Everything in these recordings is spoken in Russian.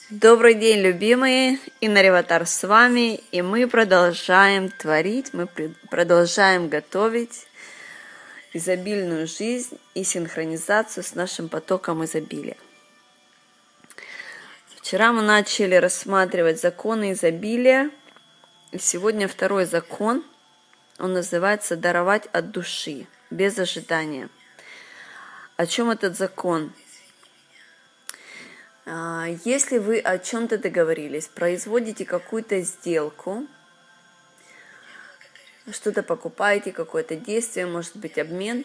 Добрый день, любимые! Инна Реватар с вами, и мы продолжаем творить, мы продолжаем готовить изобильную жизнь и синхронизацию с нашим потоком изобилия. Вчера мы начали рассматривать законы изобилия, и сегодня второй закон, он называется «Даровать от души, без ожидания». О чем этот закон? Если вы о чем-то договорились, производите какую-то сделку, что-то покупаете, какое-то действие, может быть обмен,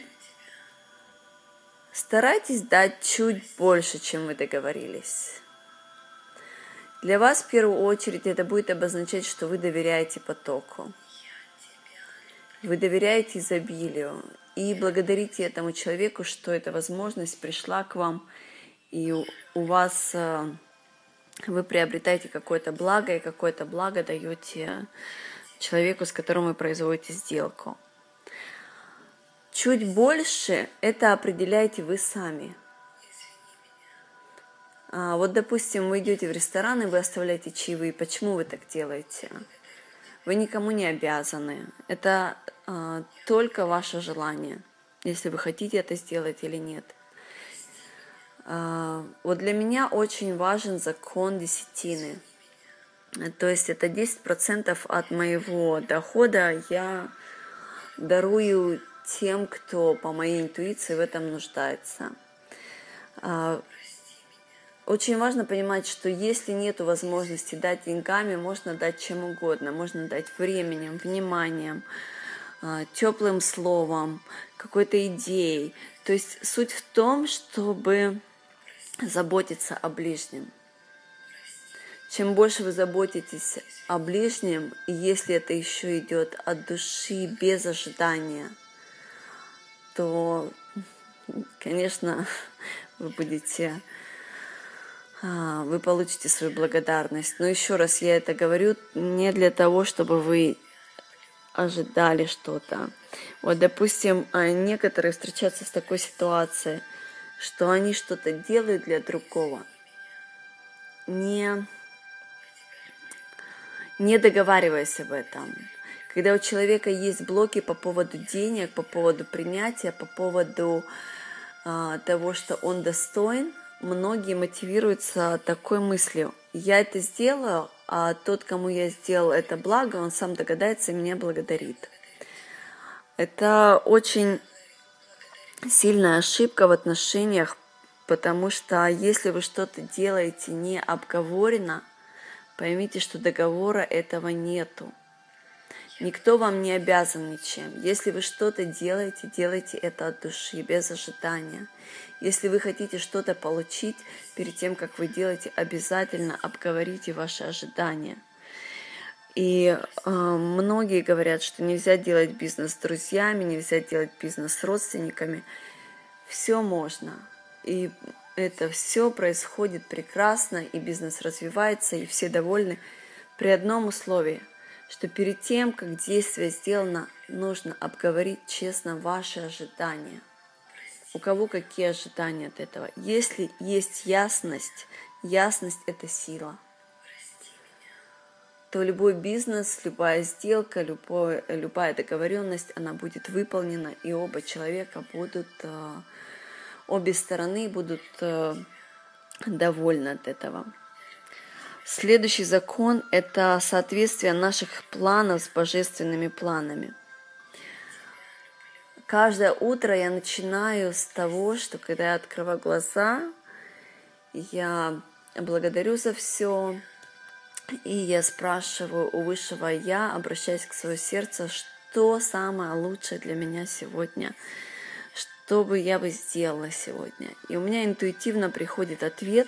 старайтесь дать чуть больше, чем вы договорились. Для вас в первую очередь это будет обозначать, что вы доверяете потоку, вы доверяете изобилию и благодарите этому человеку, что эта возможность пришла к вам, и у вас вы приобретаете какое-то благо, и какое-то благо даете человеку, с которым вы производите сделку. Чуть больше это определяете вы сами. Вот, допустим, вы идете в ресторан, и вы оставляете чаевые. Почему вы так делаете? Вы никому не обязаны. Это только ваше желание, если вы хотите это сделать или нет. Вот для меня очень важен закон десятины. То есть это 10% от моего дохода я дарую тем, кто по моей интуиции в этом нуждается. Очень важно понимать, что если нет возможности дать деньгами, можно дать чем угодно. Можно дать временем, вниманием, теплым словом, какой-то идеей. То есть суть в том, чтобы заботиться о ближнем. Чем больше вы заботитесь о ближнем, и если это еще идет от души, без ожидания, то, конечно, вы получите свою благодарность. Но еще раз я это говорю не для того, чтобы вы ожидали что-то. Вот, допустим, некоторые встречаются с такой ситуацией, что они что-то делают для другого, не договариваясь об этом. Когда у человека есть блоки по поводу денег, по поводу принятия, по поводу того, что он достоин, многие мотивируются такой мыслью: я это сделаю, а тот, кому я сделал это благо, он сам догадается и меня благодарит. Это очень сильная ошибка в отношениях, потому что если вы что-то делаете не обговорено, поймите, что договора этого нету. Никто вам не обязан ничем. Если вы что-то делаете, делайте это от души, без ожидания. Если вы хотите что-то получить, перед тем, как вы делаете, обязательно обговорите ваши ожидания. И многие говорят, что нельзя делать бизнес с друзьями, нельзя делать бизнес с родственниками. Все можно. И это все происходит прекрасно, и бизнес развивается, и все довольны при одном условии, что перед тем, как действие сделано, нужно обговорить честно ваши ожидания. У кого какие ожидания от этого? Если есть ясность, ясность – это сила, то любой бизнес, любая сделка, любая договоренность, она будет выполнена, и обе стороны будут довольны от этого. Следующий закон – это соответствие наших планов с божественными планами. Каждое утро я начинаю с того, что когда я открываю глаза, я благодарю за все, и я спрашиваю у Высшего Я, обращаясь к своему сердцу, что самое лучшее для меня сегодня, что бы я сделала сегодня. И у меня интуитивно приходит ответ,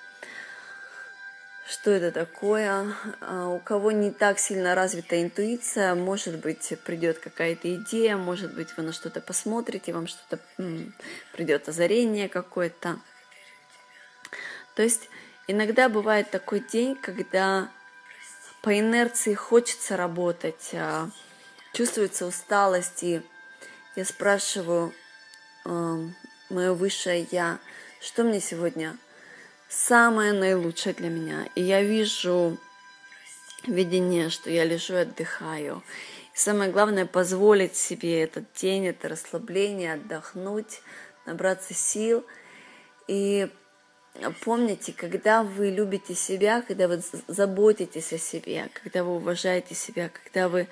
что это такое. У кого не так сильно развита интуиция, может быть, придет какая-то идея, может быть, вы на что-то посмотрите, вам что-то придет озарение какое-то. То есть иногда бывает такой день, когда по инерции хочется работать, чувствуется усталость, и я спрашиваю мое Высшее Я, что мне сегодня самое наилучшее для меня. И я вижу видение, что я лежу и отдыхаю. И самое главное, позволить себе этот день, это расслабление, отдохнуть, набраться сил. И помните, когда вы любите себя, когда вы заботитесь о себе, когда вы уважаете себя, когда вы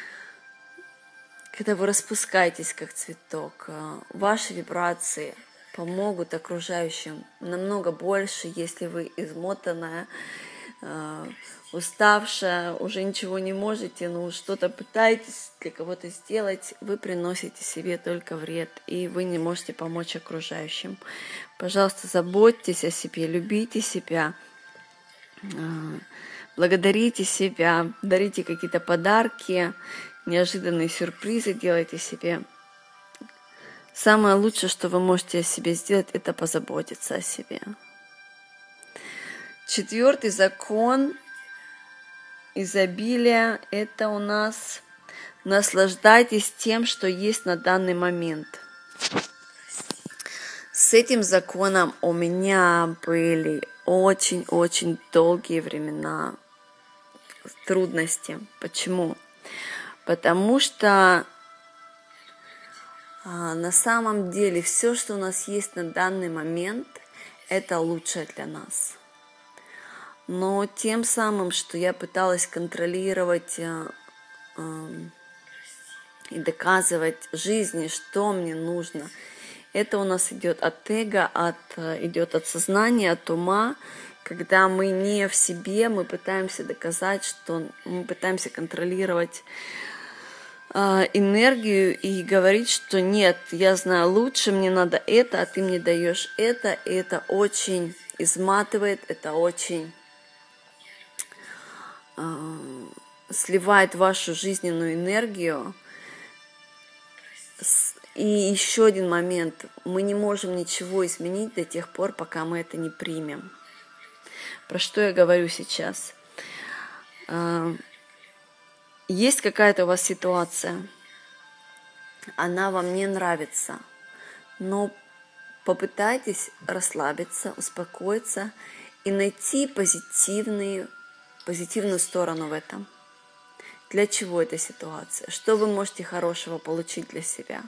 распускаетесь как цветок, ваши вибрации помогут окружающим намного больше, если вы измотанная, уставшая, уже ничего не можете, но что-то пытаетесь для кого-то сделать, вы приносите себе только вред, и вы не можете помочь окружающим. Пожалуйста, заботьтесь о себе, любите себя, благодарите себя, дарите какие-то подарки, неожиданные сюрпризы делайте себе. Самое лучшее, что вы можете о себе сделать, это позаботиться о себе. 4-й закон изобилия – это у нас наслаждайтесь тем, что есть на данный момент. С этим законом у меня были очень-очень долгие времена трудности. Почему? Потому что на самом деле все, что у нас есть на данный момент, это лучшее для нас. Но тем самым, что я пыталась контролировать и доказывать жизни, что мне нужно, это у нас идет от эго, идет от сознания, от ума, когда мы не в себе, мы пытаемся доказать, что мы пытаемся контролировать энергию и говорить, что нет, я знаю лучше, мне надо это, а ты мне даешь это, и это очень изматывает, это очень сливает вашу жизненную энергию. И еще один момент. Мы не можем ничего изменить до тех пор, пока мы это не примем. Про что я говорю сейчас? Есть какая-то у вас ситуация, она вам не нравится, но попытайтесь расслабиться, успокоиться и найти позитивную сторону в этом. Для чего эта ситуация? Что вы можете хорошего получить для себя?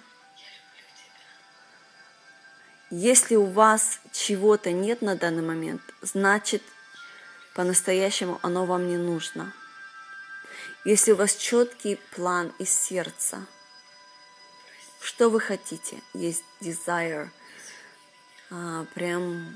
Если у вас чего-то нет на данный момент, значит, по-настоящему оно вам не нужно. Если у вас четкий план из сердца, что вы хотите, есть desire, прям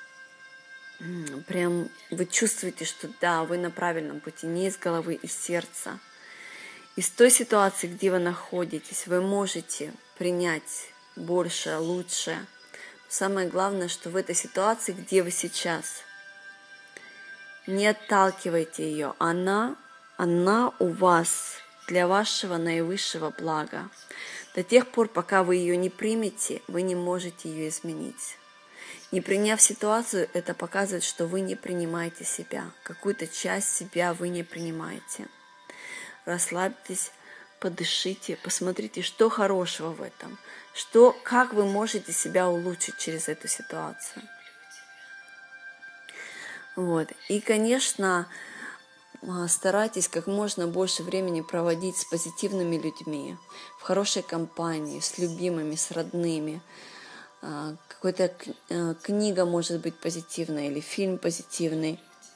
вы чувствуете, что да, вы на правильном пути, не из головы, из сердца. Из той ситуации, где вы находитесь, вы можете принять больше, лучше. Самое главное, что в этой ситуации, где вы сейчас, не отталкивайте ее. Она у вас для вашего наивысшего блага. До тех пор, пока вы ее не примете, вы не можете ее изменить. Не приняв ситуацию, это показывает, что вы не принимаете себя. Какую-то часть себя вы не принимаете. Расслабьтесь, подышите, посмотрите, что хорошего в этом. Как вы можете себя улучшить через эту ситуацию. И, конечно, старайтесь как можно больше времени проводить с позитивными людьми, в хорошей компании, с любимыми, с родными. Какая-то книга может быть позитивная или фильм позитивный.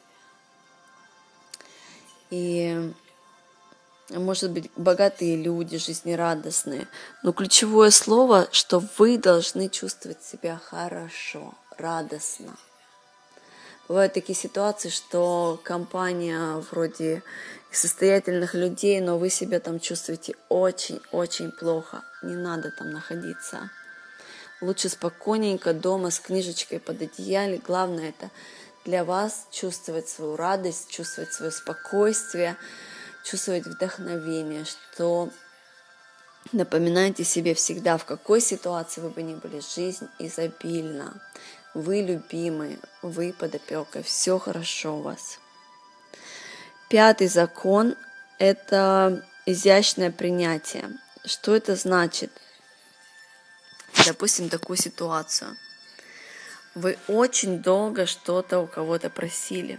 И, может быть, богатые люди, жизнерадостные. Но ключевое слово, что вы должны чувствовать себя хорошо, радостно. Бывают такие ситуации, что компания вроде состоятельных людей, но вы себя там чувствуете очень-очень плохо. Не надо там находиться. Лучше спокойненько дома с книжечкой под одеялом. Главное это для вас чувствовать свою радость, чувствовать свое спокойствие, чувствовать вдохновение, что напоминайте себе всегда, в какой ситуации вы бы ни были, жизнь изобильна. Вы любимы, вы под опекой, все хорошо у вас. 5-й закон – это изящное принятие. Что это значит? Допустим, такую ситуацию. Вы очень долго что-то у кого-то просили.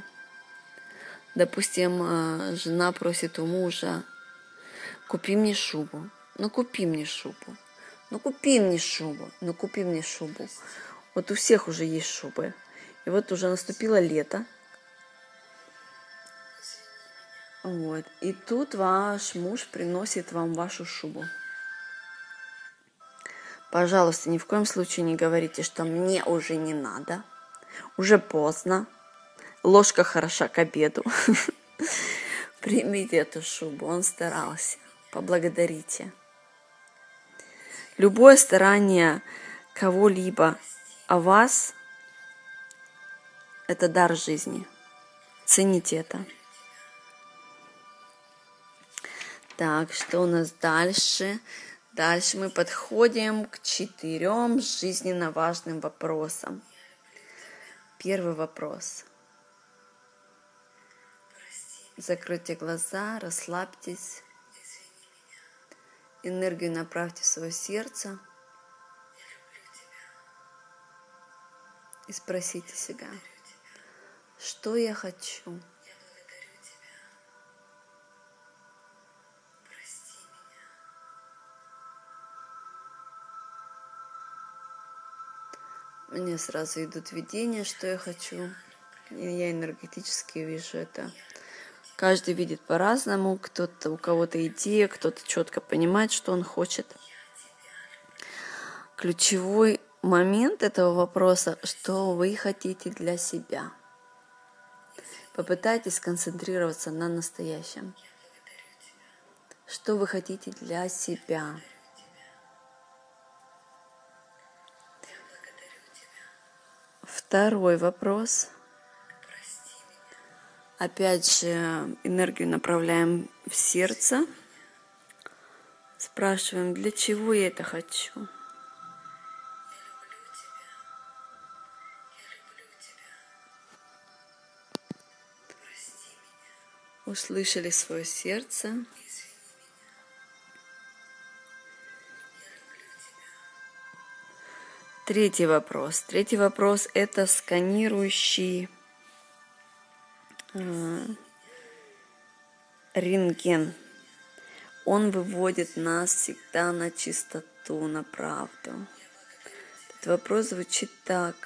Допустим, жена просит у мужа: купи мне шубу, ну купи мне шубу, ну купи мне шубу, ну купи мне шубу. Вот у всех уже есть шубы. И вот уже наступило лето. Вот. И тут ваш муж приносит вам вашу шубу. Пожалуйста, ни в коем случае не говорите, что мне уже не надо, уже поздно, ложка хороша к обеду. Примите эту шубу, он старался, поблагодарите. Любое старание кого-либо о вас – это дар жизни. Цените это. Так, что у нас дальше? Дальше мы подходим к 4 жизненно важным вопросам. Первый вопрос. Закройте глаза, расслабьтесь. Энергию направьте в свое сердце. И спросите себя, что я хочу? Мне сразу идут видения, что я хочу. И я энергетически вижу это. Каждый видит по-разному. Кто-то, у кого-то идея, кто-то четко понимает, что он хочет. Ключевой момент этого вопроса, что вы хотите для себя. Попытайтесь сконцентрироваться на настоящем. Что вы хотите для себя? Второй вопрос. Опять же, энергию направляем в сердце. Спрашиваем, для чего я это хочу? Услышали свое сердце. Третий вопрос. Третий вопрос – это сканирующий рентген. Он выводит нас всегда на чистоту, на правду. Этот вопрос звучит так.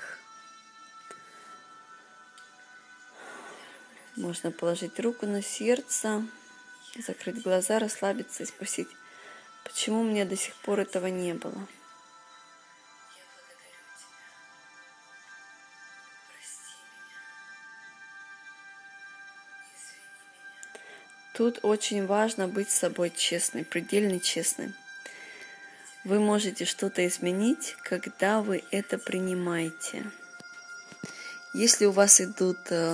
Можно положить руку на сердце, закрыть глаза, расслабиться и спросить, почему у меня до сих пор этого не было? Тут очень важно быть с собой честным, предельно честным. Вы можете что-то изменить, когда вы это принимаете. Если у вас идут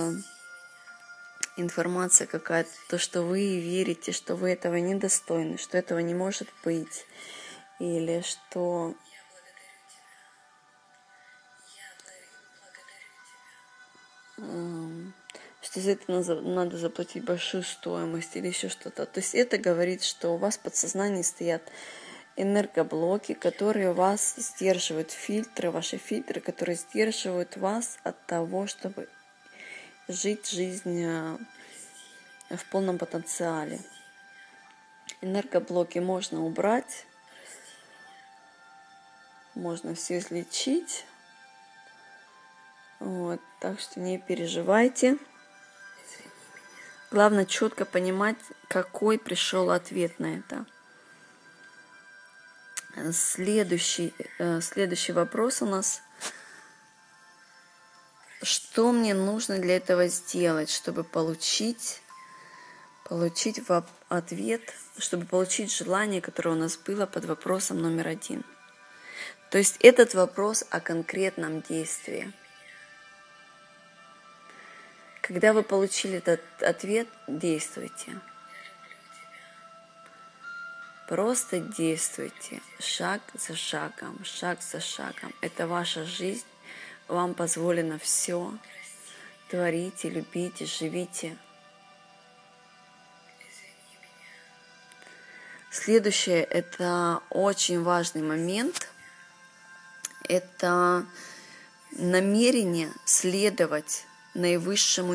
информация какая-то, то, что вы верите, что вы этого недостойны, что этого не может быть, или что за это надо заплатить большую стоимость или еще что-то. То есть это говорит, что у вас в подсознании стоят энергоблоки, которые вас сдерживают, фильтры, ваши фильтры, которые сдерживают вас от того, чтобы жить жизнь в полном потенциале. Энергоблоки можно убрать, можно все излечить. Вот, так что не переживайте. Главное четко понимать, какой пришел ответ на это. Следующий вопрос у нас. Что мне нужно для этого сделать, чтобы получить ответ, чтобы получить желание, которое у нас было под вопросом номер 1. То есть этот вопрос о конкретном действии. Когда вы получили этот ответ, действуйте. Просто действуйте, шаг за шагом, шаг за шагом. Это ваша жизнь, вам позволено все. Творите, любите, живите. Следующее, это очень важный момент. Это намерение следовать наивысшему